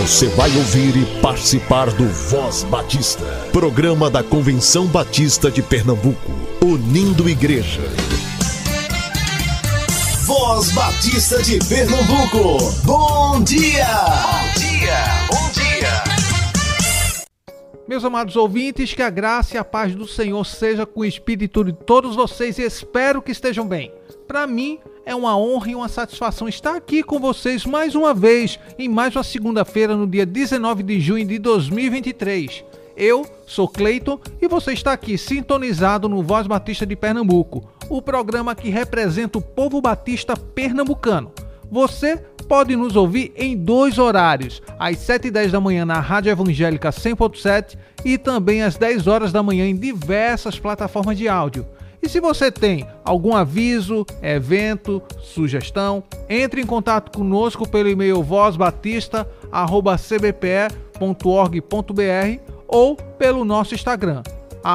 Você vai ouvir e participar do Voz Batista, programa da Convenção Batista de Pernambuco, unindo igreja. Voz Batista de Pernambuco, bom dia! Bom dia, bom dia! Meus amados ouvintes, que a graça e a paz do Senhor seja com o espírito de todos vocês e espero que estejam bem. Para mim, é uma honra e uma satisfação estar aqui com vocês mais uma vez, em mais uma segunda-feira, no dia 19 de junho de 2023. Eu sou Cleiton e você está aqui sintonizado no Voz Batista de Pernambuco, o programa que representa o povo batista pernambucano. Você pode nos ouvir em dois horários, às 7h10 da manhã na Rádio Evangélica 100.7 e também às 10 horas da manhã em diversas plataformas de áudio. E se você tem algum aviso, evento, sugestão, entre em contato conosco pelo e-mail vozbatista@cbpe.org.br ou pelo nosso Instagram,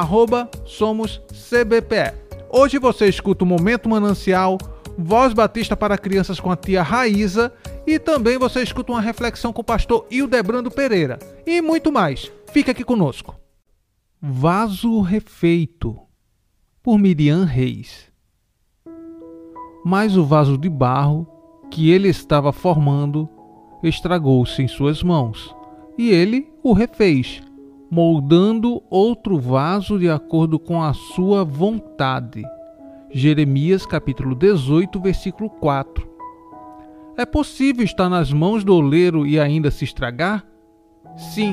@somoscbpe. Hoje você escuta o Momento Manancial, Voz Batista para Crianças com a tia Raíza e também você escuta uma reflexão com o pastor Hildebrando Pereira e muito mais. Fica aqui conosco. Vaso refeito, por Miriam Reis. Mas o vaso de barro que ele estava formando estragou-se em suas mãos, e ele o refez, moldando outro vaso de acordo com a sua vontade. Jeremias capítulo 18, versículo 4. É possível estar nas mãos do oleiro e ainda se estragar? Sim,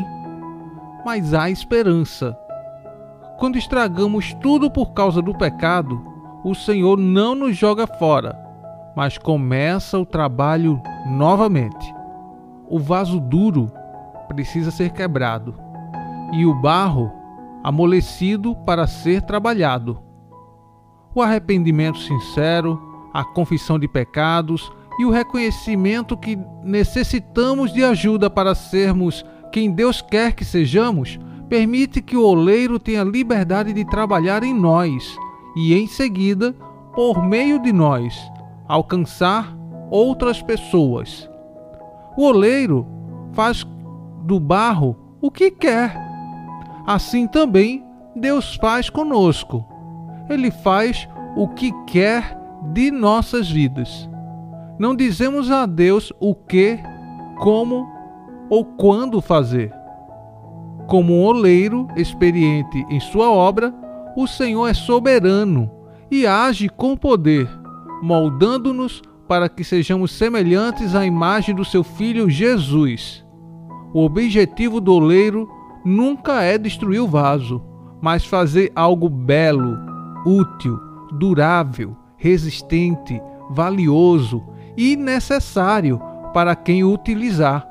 mas há esperança. Quando estragamos tudo por causa do pecado, o Senhor não nos joga fora, mas começa o trabalho novamente. O vaso duro precisa ser quebrado e o barro amolecido para ser trabalhado. O arrependimento sincero, a confissão de pecados e o reconhecimento que necessitamos de ajuda para sermos quem Deus quer que sejamos permite que o oleiro tenha liberdade de trabalhar em nós e, em seguida, por meio de nós, alcançar outras pessoas. O oleiro faz do barro o que quer. Assim também Deus faz conosco. Ele faz o que quer de nossas vidas. Não dizemos a Deus o que, como ou quando fazer. Como um oleiro experiente em sua obra, o Senhor é soberano e age com poder, moldando-nos para que sejamos semelhantes à imagem do seu Filho Jesus. O objetivo do oleiro nunca é destruir o vaso, mas fazer algo belo, útil, durável, resistente, valioso e necessário para quem o utilizar.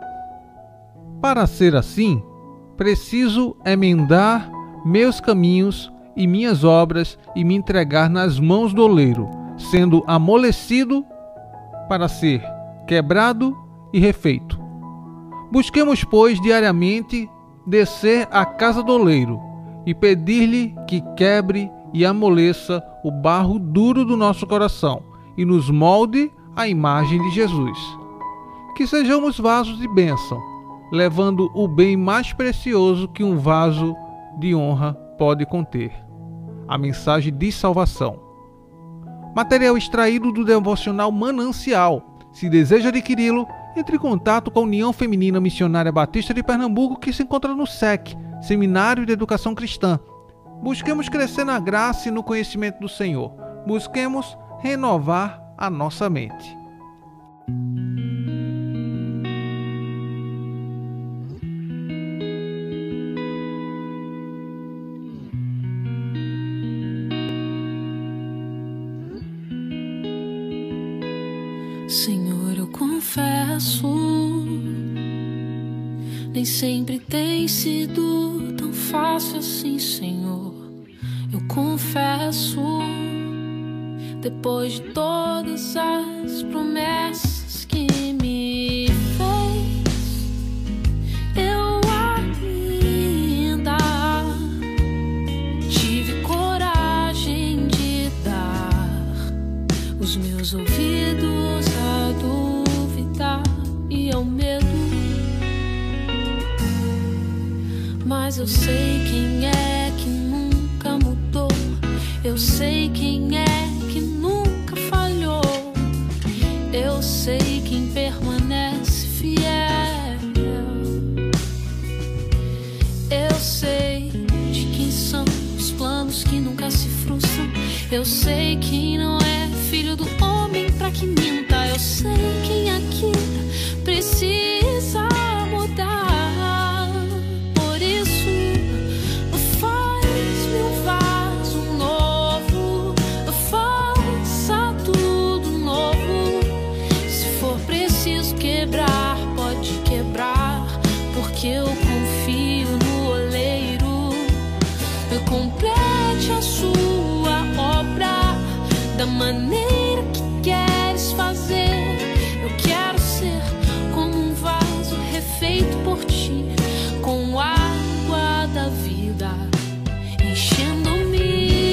Para ser assim, preciso emendar meus caminhos e minhas obras e me entregar nas mãos do oleiro, sendo amolecido para ser quebrado e refeito. Busquemos, pois, diariamente descer à casa do oleiro e pedir-lhe que quebre e amoleça o barro duro do nosso coração e nos molde à imagem de Jesus. Que sejamos vasos de bênção, levando o bem mais precioso que um vaso de honra pode conter: a mensagem de salvação. Material extraído do devocional Manancial. Se deseja adquiri-lo, entre em contato com a União Feminina Missionária Batista de Pernambuco, que se encontra no SEC, Seminário de Educação Cristã. Busquemos crescer na graça e no conhecimento do Senhor. Busquemos renovar a nossa mente. Senhor, eu confesso, nem sempre tem sido tão fácil assim, Senhor. Eu confesso, depois de todas as promessas que me fez, eu ainda tive coragem de dar os meus ouvidos a duvidar e ao medo. Mas eu sei quem é que nunca mudou. Eu sei quem é que nunca falhou. Eu sei quem permanece fiel. Eu sei de quem são os planos que nunca se frustram. Eu sei quem não é filho do homem pra que minta. Eu sei quem aqui precisa mudar. Por isso, faz-me um vaso novo, faça tudo novo. Se for preciso quebrar, pode quebrar, porque eu confio no oleiro. Complete a sua obra da maneira que queres fazer. Eu quero ser como um vaso refeito por ti, com água da vida enchendo-me.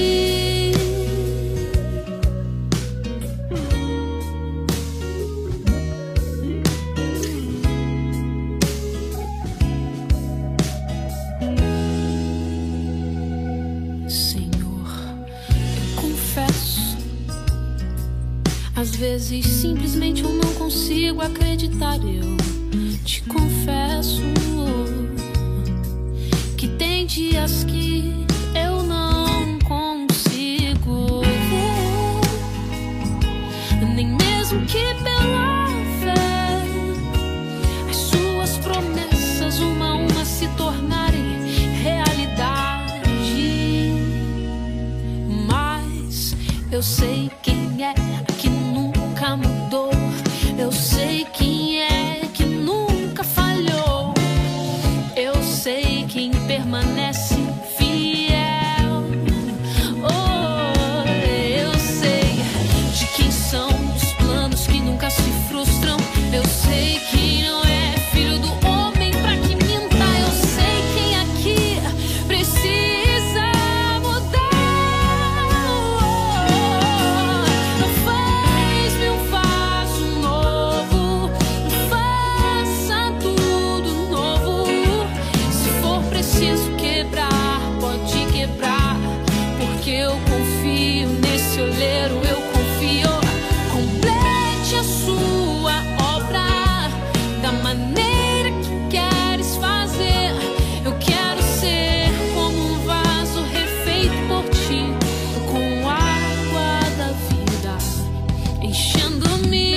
Às vezes simplesmente eu não consigo acreditar. Eu te confesso que tem dias que eu não consigo ver, nem mesmo que pela fé as suas promessas uma a uma se tornarem realidade. Mas eu sei quem é que nunca mudou. Eu sei quem é que nunca falhou. Eu sei quem permanece fiel. Oh, eu sei de quem são os planos que nunca se frustram. Eu sei que não é filho do homem pra que minta. Eu sei quem aqui precisa mudar. Faz-me um vaso novo, faça tudo novo. Se for preciso quebrar, pode quebrar, porque eu confio nesse oleiro. Eu confio. Complete a sua obra da maneira que queres fazer. Eu quero ser como um vaso refeito por ti, com água da vida enchendo-me.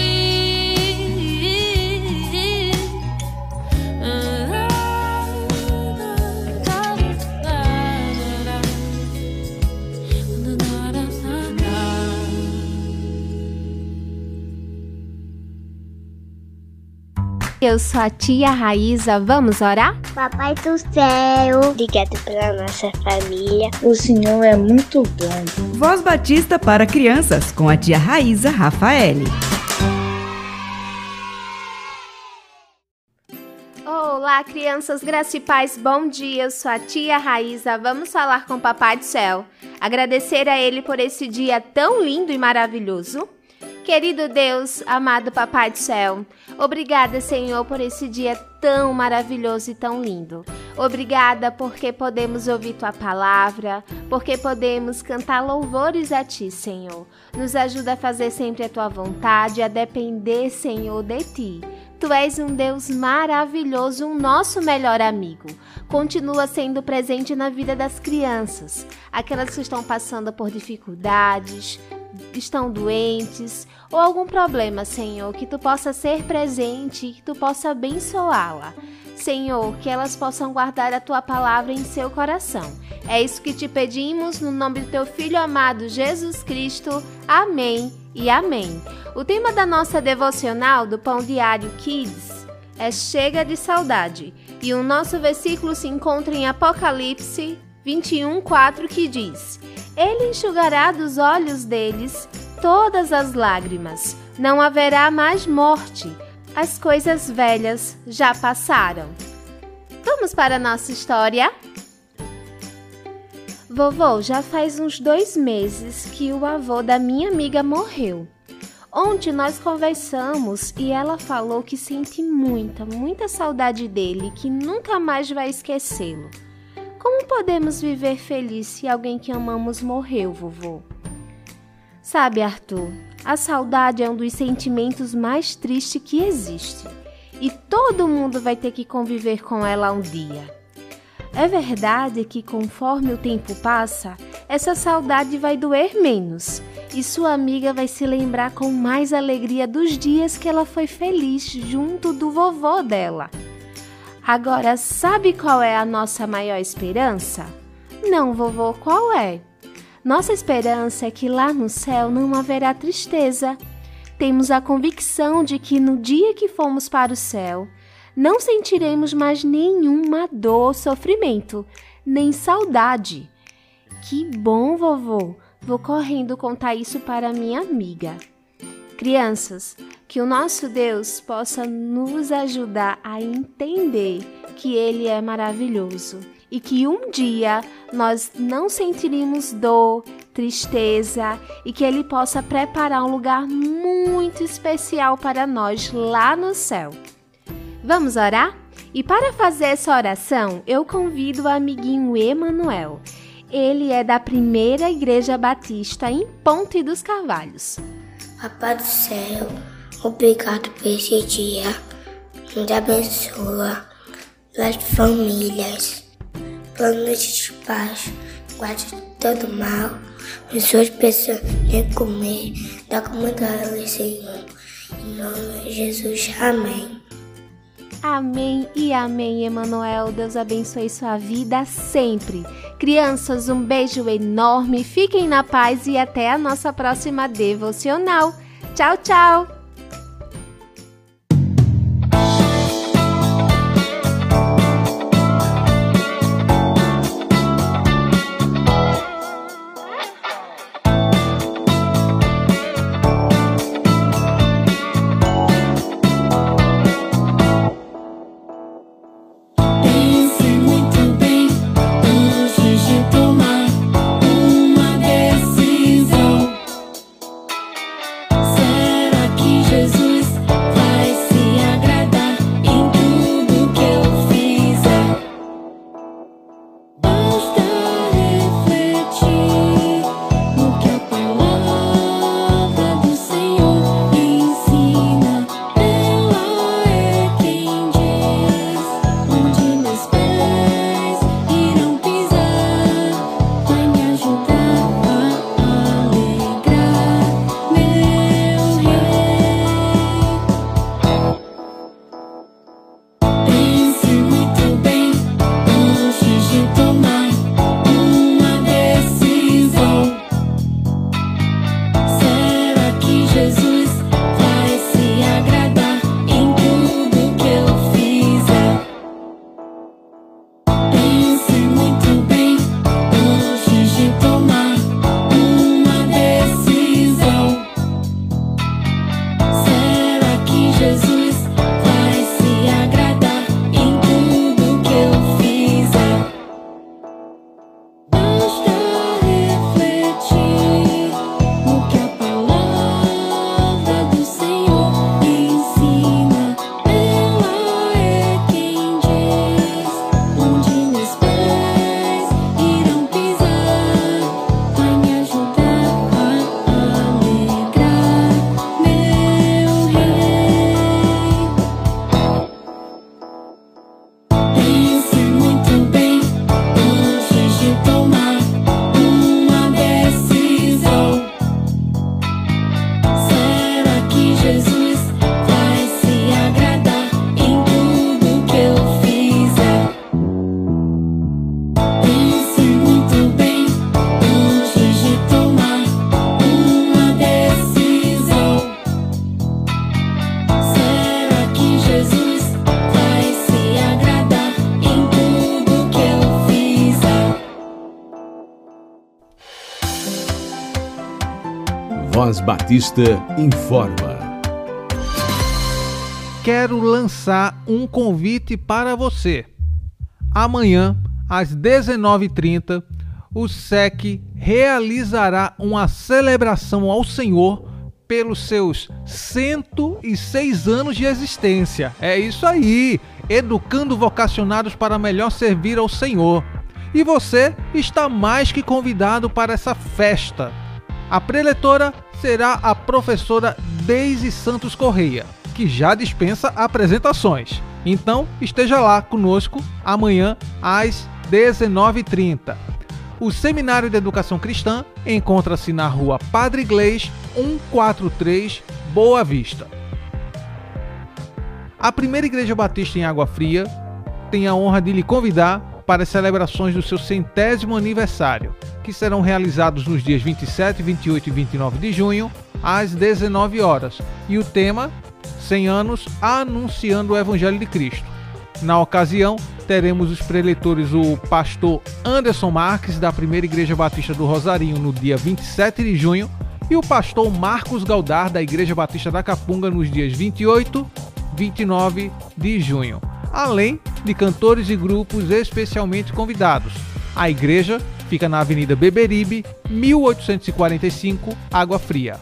Eu sou a tia Raíza, vamos orar? Papai do céu, obrigado pela nossa família. O Senhor é muito bom. Voz Batista para crianças, com a tia Raíza Rafaele. Olá, crianças, graça e paz, bom dia, eu sou a tia Raíza, vamos falar com o Papai do Céu, agradecer a Ele por esse dia tão lindo e maravilhoso. Querido Deus, amado Papai do Céu, obrigada, Senhor, por esse dia tão maravilhoso e tão lindo. Obrigada porque podemos ouvir Tua palavra, porque podemos cantar louvores a Ti, Senhor. Nos ajuda a fazer sempre a Tua vontade, a depender, Senhor, de Ti. Tu és um Deus maravilhoso, um nosso melhor amigo. Continua sendo presente na vida das crianças, aquelas que estão passando por dificuldades, estão doentes ou algum problema, Senhor, que Tu possa ser presente e que Tu possa abençoá-la. Senhor, que elas possam guardar a Tua palavra em seu coração. É isso que te pedimos no nome do Teu Filho amado Jesus Cristo. Amém e amém. O tema da nossa devocional do Pão Diário Kids é Chega de Saudade. E o nosso versículo se encontra em Apocalipse 21:4, que diz: Ele enxugará dos olhos deles todas as lágrimas. Não haverá mais morte. As coisas velhas já passaram. Vamos para a nossa história? Vovô, já faz uns 2 meses que o avô da minha amiga morreu. Ontem nós conversamos e ela falou que sente muita saudade dele, que nunca mais vai esquecê-lo. Como podemos viver feliz se alguém que amamos morreu, vovô? Sabe, Arthur, a saudade é um dos sentimentos mais tristes que existe. E todo mundo vai ter que conviver com ela um dia. É verdade que conforme o tempo passa, essa saudade vai doer menos e sua amiga vai se lembrar com mais alegria dos dias que ela foi feliz junto do vovô dela. Agora, sabe qual é a nossa maior esperança? Não, vovô, qual é? Nossa esperança é que lá no céu não haverá tristeza. Temos a convicção de que no dia que formos para o céu, não sentiremos mais nenhuma dor, sofrimento, nem saudade. Que bom, vovô! Vou correndo contar isso para minha amiga. Crianças, que o nosso Deus possa nos ajudar a entender que Ele é maravilhoso e que um dia nós não sentiremos dor, tristeza e que Ele possa preparar um lugar muito especial para nós lá no céu. Vamos orar? E para fazer essa oração, eu convido o amiguinho Emanuel. Ele é da Primeira Igreja Batista em Ponte dos Carvalhos. Papai do céu, obrigado por esse dia. Nos abençoa as famílias. Boa noite de paz. Guarde todo mal. Pessoas precisam de comer. Dá comida a eles, Senhor. Em nome de Jesus. Amém. Amém e amém, Emanuel. Deus abençoe sua vida sempre. Crianças, um beijo enorme. Fiquem na paz e até a nossa próxima devocional. Tchau, tchau! Voz Batista informa. Quero lançar um convite para você. Amanhã, às 19h30, o SEC realizará uma celebração ao Senhor pelos seus 106 anos de existência. É isso aí, educando vocacionados para melhor servir ao Senhor. E você está mais que convidado para essa festa. A preletora será a professora Deise Santos Correia, que já dispensa apresentações. Então, esteja lá conosco amanhã às 19h30. O Seminário de Educação Cristã encontra-se na rua Padre Iglesias, 143, Boa Vista. A Primeira Igreja Batista em Água Fria tem a honra de lhe convidar para as celebrações do seu 100º aniversário, que serão realizados nos dias 27, 28 e 29 de junho, às 19 horas. E o tema, 100 anos anunciando o Evangelho de Cristo. Na ocasião, teremos os preletores o pastor Anderson Marques, da Primeira Igreja Batista do Rosarinho, no dia 27 de junho, e o pastor Marcos Galdar, da Igreja Batista da Capunga, nos dias 28 e 29 de junho. Além de cantores e grupos especialmente convidados. A igreja fica na Avenida Beberibe, 1845, Água Fria.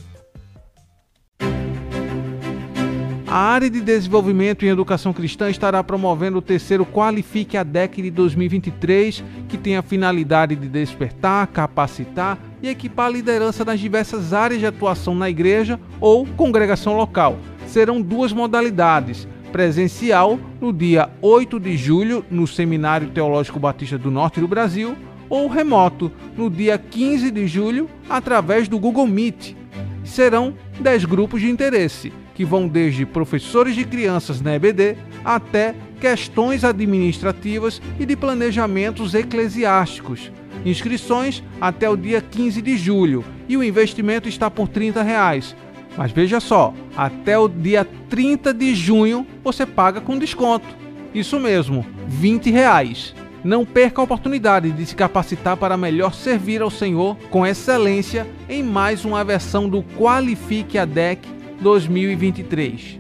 A área de desenvolvimento em educação cristã estará promovendo o terceiro Qualifique ADEC de 2023, que tem a finalidade de despertar, capacitar e equipar a liderança nas diversas áreas de atuação na igreja ou congregação local. Serão duas modalidades: presencial no dia 8 de julho no Seminário Teológico Batista do Norte do Brasil, ou remoto no dia 15 de julho através do Google Meet. Serão 10 grupos de interesse, que vão desde professores de crianças na EBD até questões administrativas e de planejamentos eclesiásticos. Inscrições até o dia 15 de julho e o investimento está por R$30. Mas veja só, até o dia 30 de junho você paga com desconto. Isso mesmo, R$20. Não perca a oportunidade de se capacitar para melhor servir ao Senhor com excelência em mais uma versão do Qualifique ADEC 2023.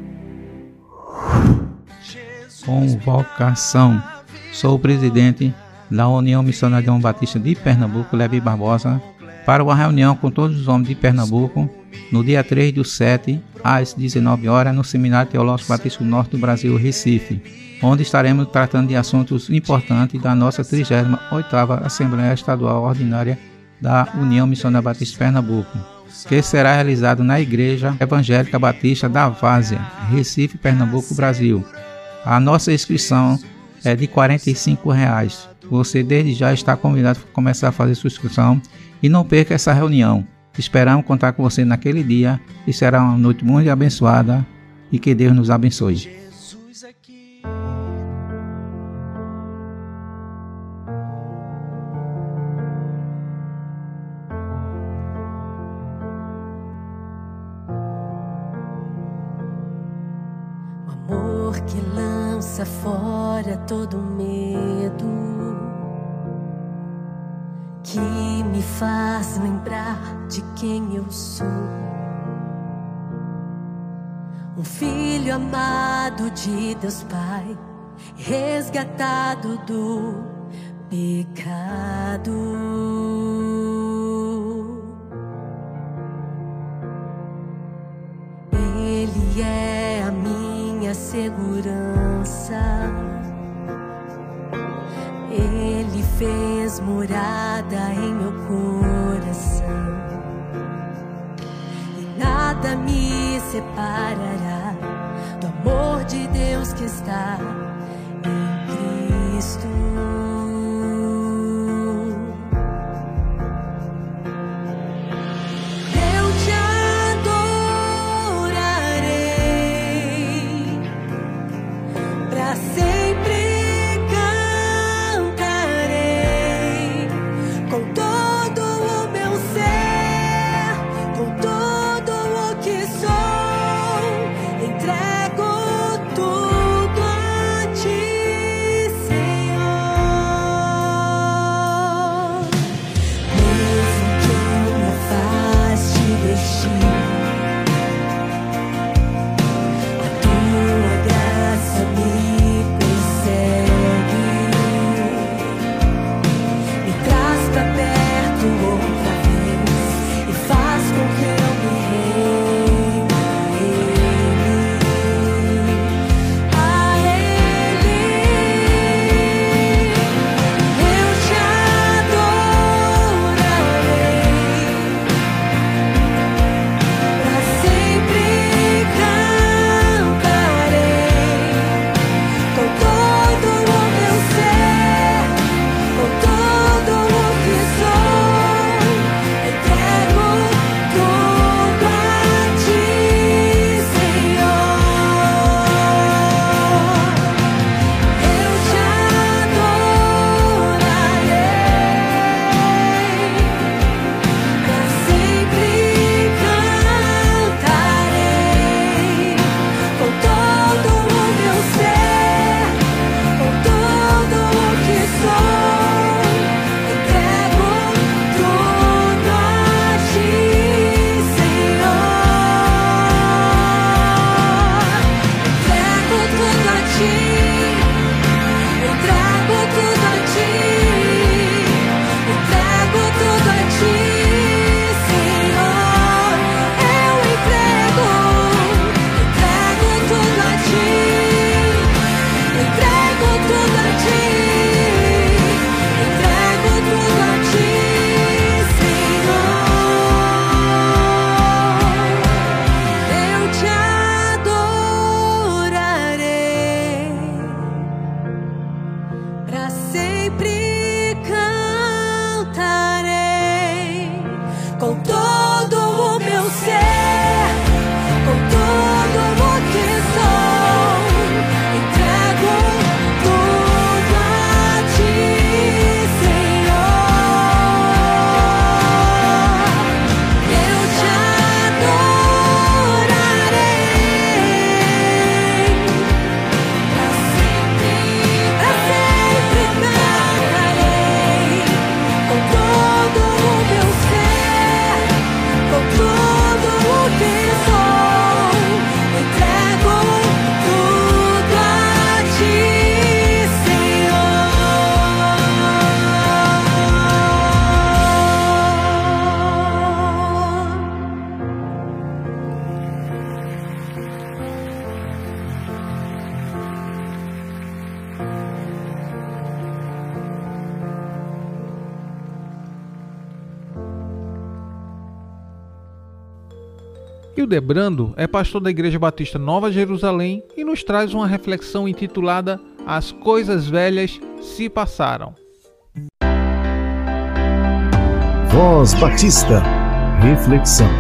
Convocação. Sou o presidente da União Missionária Batista de Pernambuco, Levi Barbosa, para uma reunião com todos os homens de Pernambuco no dia 3/7, às 19 horas, no Seminário Teológico Batista do Norte do Brasil, Recife, onde estaremos tratando de assuntos importantes da nossa 38ª Assembleia Estadual Ordinária da União Missionária Batista de Pernambuco, que será realizado na Igreja Evangélica Batista da Várzea, Recife, Pernambuco, Brasil. A nossa inscrição é de R$45. Você desde já está convidado a começar a fazer sua inscrição e não perca essa reunião. Esperamos contar com você naquele dia e será uma noite muito abençoada e que Deus nos abençoe. Que lança fora todo medo, que me faz lembrar de quem eu sou. Um filho amado de Deus Pai, resgatado do pecado. Ele é a minha segurança. Ele fez morada em meu coração, e nada me separará do amor de Deus que está em Cristo. Entrego tudo a Hildebrando é pastor da Igreja Batista Nova Jerusalém e nos traz uma reflexão intitulada As Coisas Velhas se Passaram. Voz Batista, reflexão.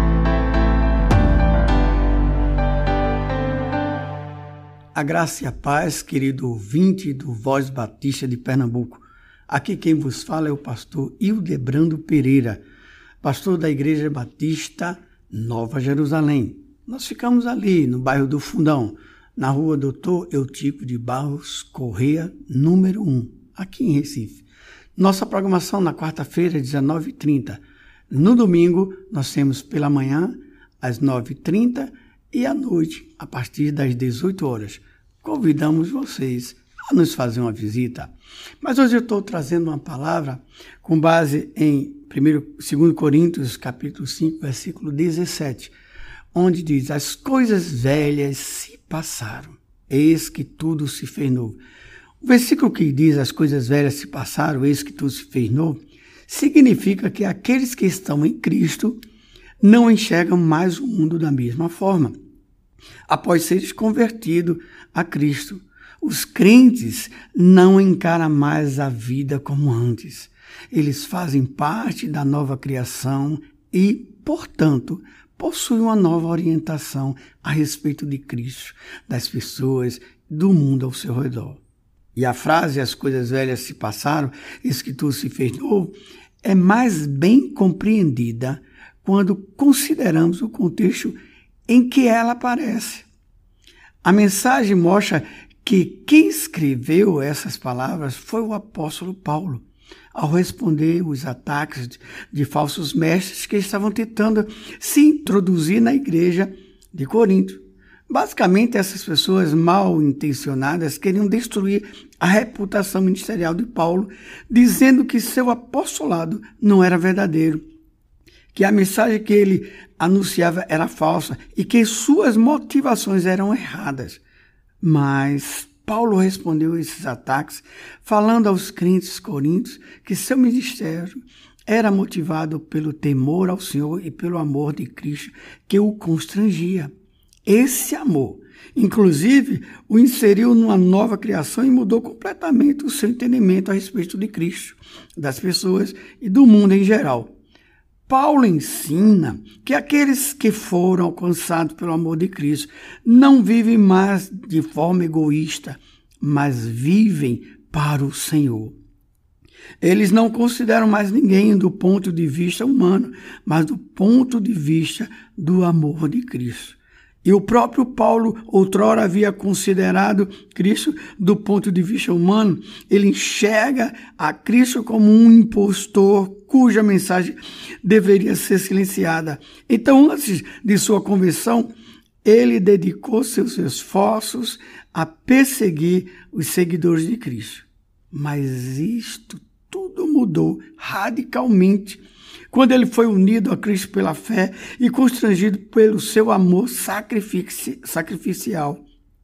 A graça e a paz, querido ouvinte do Voz Batista de Pernambuco. Aqui quem vos fala é o pastor Hildebrando Pereira, pastor da Igreja Batista Nova Jerusalém. Nós ficamos ali no bairro do Fundão, na rua Doutor Eutico de Barros Correia, número 1, aqui em Recife. Nossa programação na quarta-feira, 19h30. No domingo, nós temos pela manhã, às 9h30 e à noite, a partir das 18 horas. Convidamos vocês a nos fazer uma visita. Mas hoje eu estou trazendo uma palavra com base em 2 Coríntios, capítulo 5, versículo 17, onde diz: as coisas velhas se passaram, eis que tudo se fez novo. O versículo que diz as coisas velhas se passaram, eis que tudo se fez novo, significa que aqueles que estão em Cristo não enxergam mais o mundo da mesma forma. Após seres convertidos a Cristo, os crentes não encaram mais a vida como antes. Eles fazem parte da nova criação e, portanto, possuem uma nova orientação a respeito de Cristo, das pessoas, do mundo ao seu redor. E a frase, as coisas velhas se passaram, eis que tudo se fez novo, é mais bem compreendida quando consideramos o contexto em que ela aparece. A mensagem mostra que quem escreveu essas palavras foi o apóstolo Paulo, ao responder os ataques de falsos mestres que estavam tentando se introduzir na igreja de Corinto. Basicamente, essas pessoas mal intencionadas queriam destruir a reputação ministerial de Paulo, dizendo que seu apostolado não era verdadeiro, que a mensagem que ele anunciava era falsa e que suas motivações eram erradas. Mas Paulo respondeu a esses ataques, falando aos crentes coríntios que seu ministério era motivado pelo temor ao Senhor e pelo amor de Cristo que o constrangia. Esse amor, inclusive, o inseriu numa nova criação e mudou completamente o seu entendimento a respeito de Cristo, das pessoas e do mundo em geral. Paulo ensina que aqueles que foram alcançados pelo amor de Cristo não vivem mais de forma egoísta, mas vivem para o Senhor. Eles não consideram mais ninguém do ponto de vista humano, mas do ponto de vista do amor de Cristo. E o próprio Paulo outrora havia considerado Cristo do ponto de vista humano. Ele enxerga a Cristo como um impostor cuja mensagem deveria ser silenciada. Então, antes de sua conversão, ele dedicou seus esforços a perseguir os seguidores de Cristo. Mas isto tudo mudou radicalmente quando ele foi unido a Cristo pela fé e constrangido pelo seu amor sacrificial.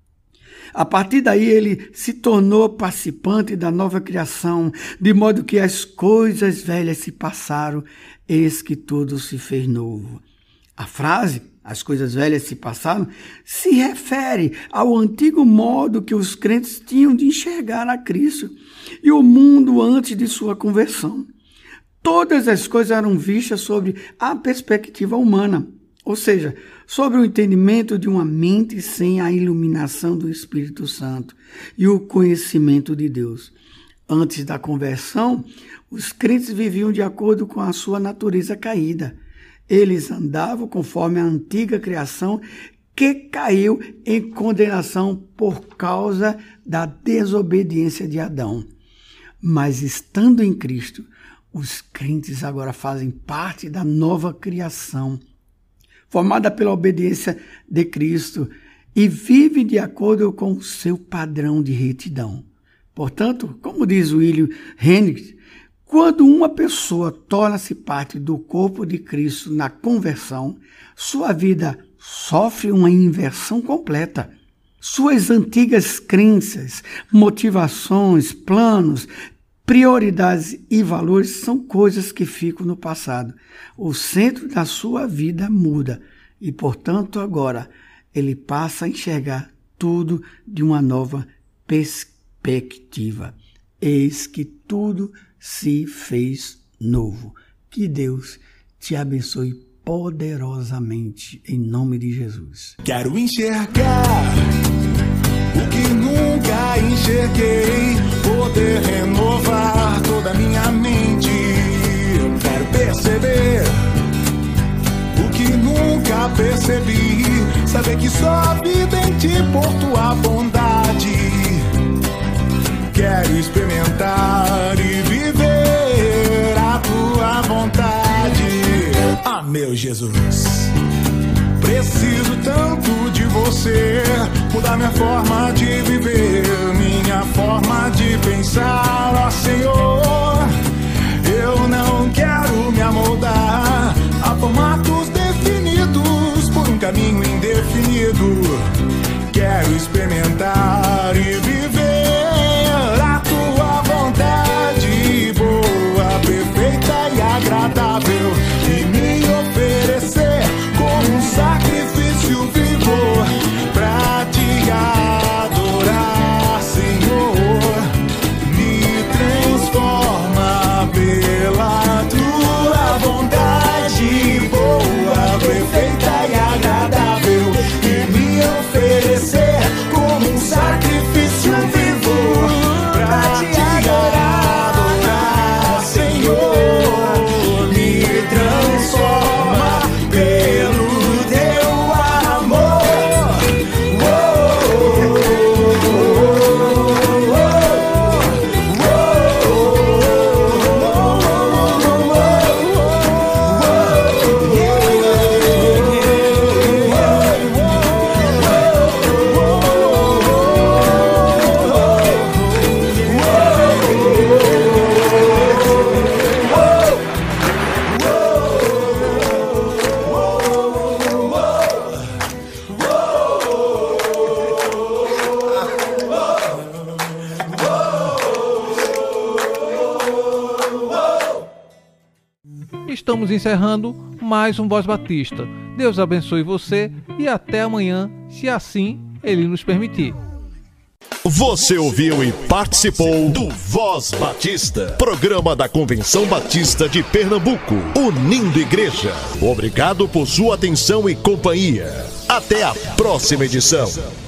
A partir daí ele se tornou participante da nova criação, de modo que as coisas velhas se passaram, eis que tudo se fez novo. A frase, as coisas velhas se passaram, se refere ao antigo modo que os crentes tinham de enxergar a Cristo e o mundo antes de sua conversão. Todas as coisas eram vistas sob a perspectiva humana, ou seja, sobre o entendimento de uma mente sem a iluminação do Espírito Santo e o conhecimento de Deus. Antes da conversão, os crentes viviam de acordo com a sua natureza caída. Eles andavam conforme a antiga criação que caiu em condenação por causa da desobediência de Adão. Mas estando em Cristo, os crentes agora fazem parte da nova criação, formada pela obediência de Cristo, e vivem de acordo com o seu padrão de retidão. Portanto, como diz William Hendricks, quando uma pessoa torna-se parte do corpo de Cristo na conversão, sua vida sofre uma inversão completa. Suas antigas crenças, motivações, planos, prioridades e valores são coisas que ficam no passado. O centro da sua vida muda e, portanto, agora ele passa a enxergar tudo de uma nova perspectiva. Eis que tudo se fez novo. Que Deus te abençoe poderosamente, em nome de Jesus. Quero enxergar o que nunca enxerguei, poder renovar toda a minha mente. Quero perceber o que nunca percebi, saber que só a vida em ti por tua bondade. Quero experimentar e viver a tua vontade. Ah, meu Jesus, preciso tanto de você, mudar minha forma de viver, minha forma de pensar, ó Senhor. Eu não quero me amoldar a formatos definidos por um caminho indefinido. Quero experimentar e viver a tua vontade boa, perfeita e agradável, e me oferecer como um sacrifício vivo pra te adorar, Senhor. Me transforma pela tua vontade boa, perfeita e agradável, e me oferecer como um sacrifício vivo pra te adorar, Senhor. Me transforma pelo teu amor. Estamos encerrando mais um Voz Batista. Deus abençoe você e até amanhã, se assim Ele nos permitir. Você ouviu e participou do Voz Batista, programa da Convenção Batista de Pernambuco, unindo igreja. Obrigado por sua atenção e companhia. Até a próxima edição.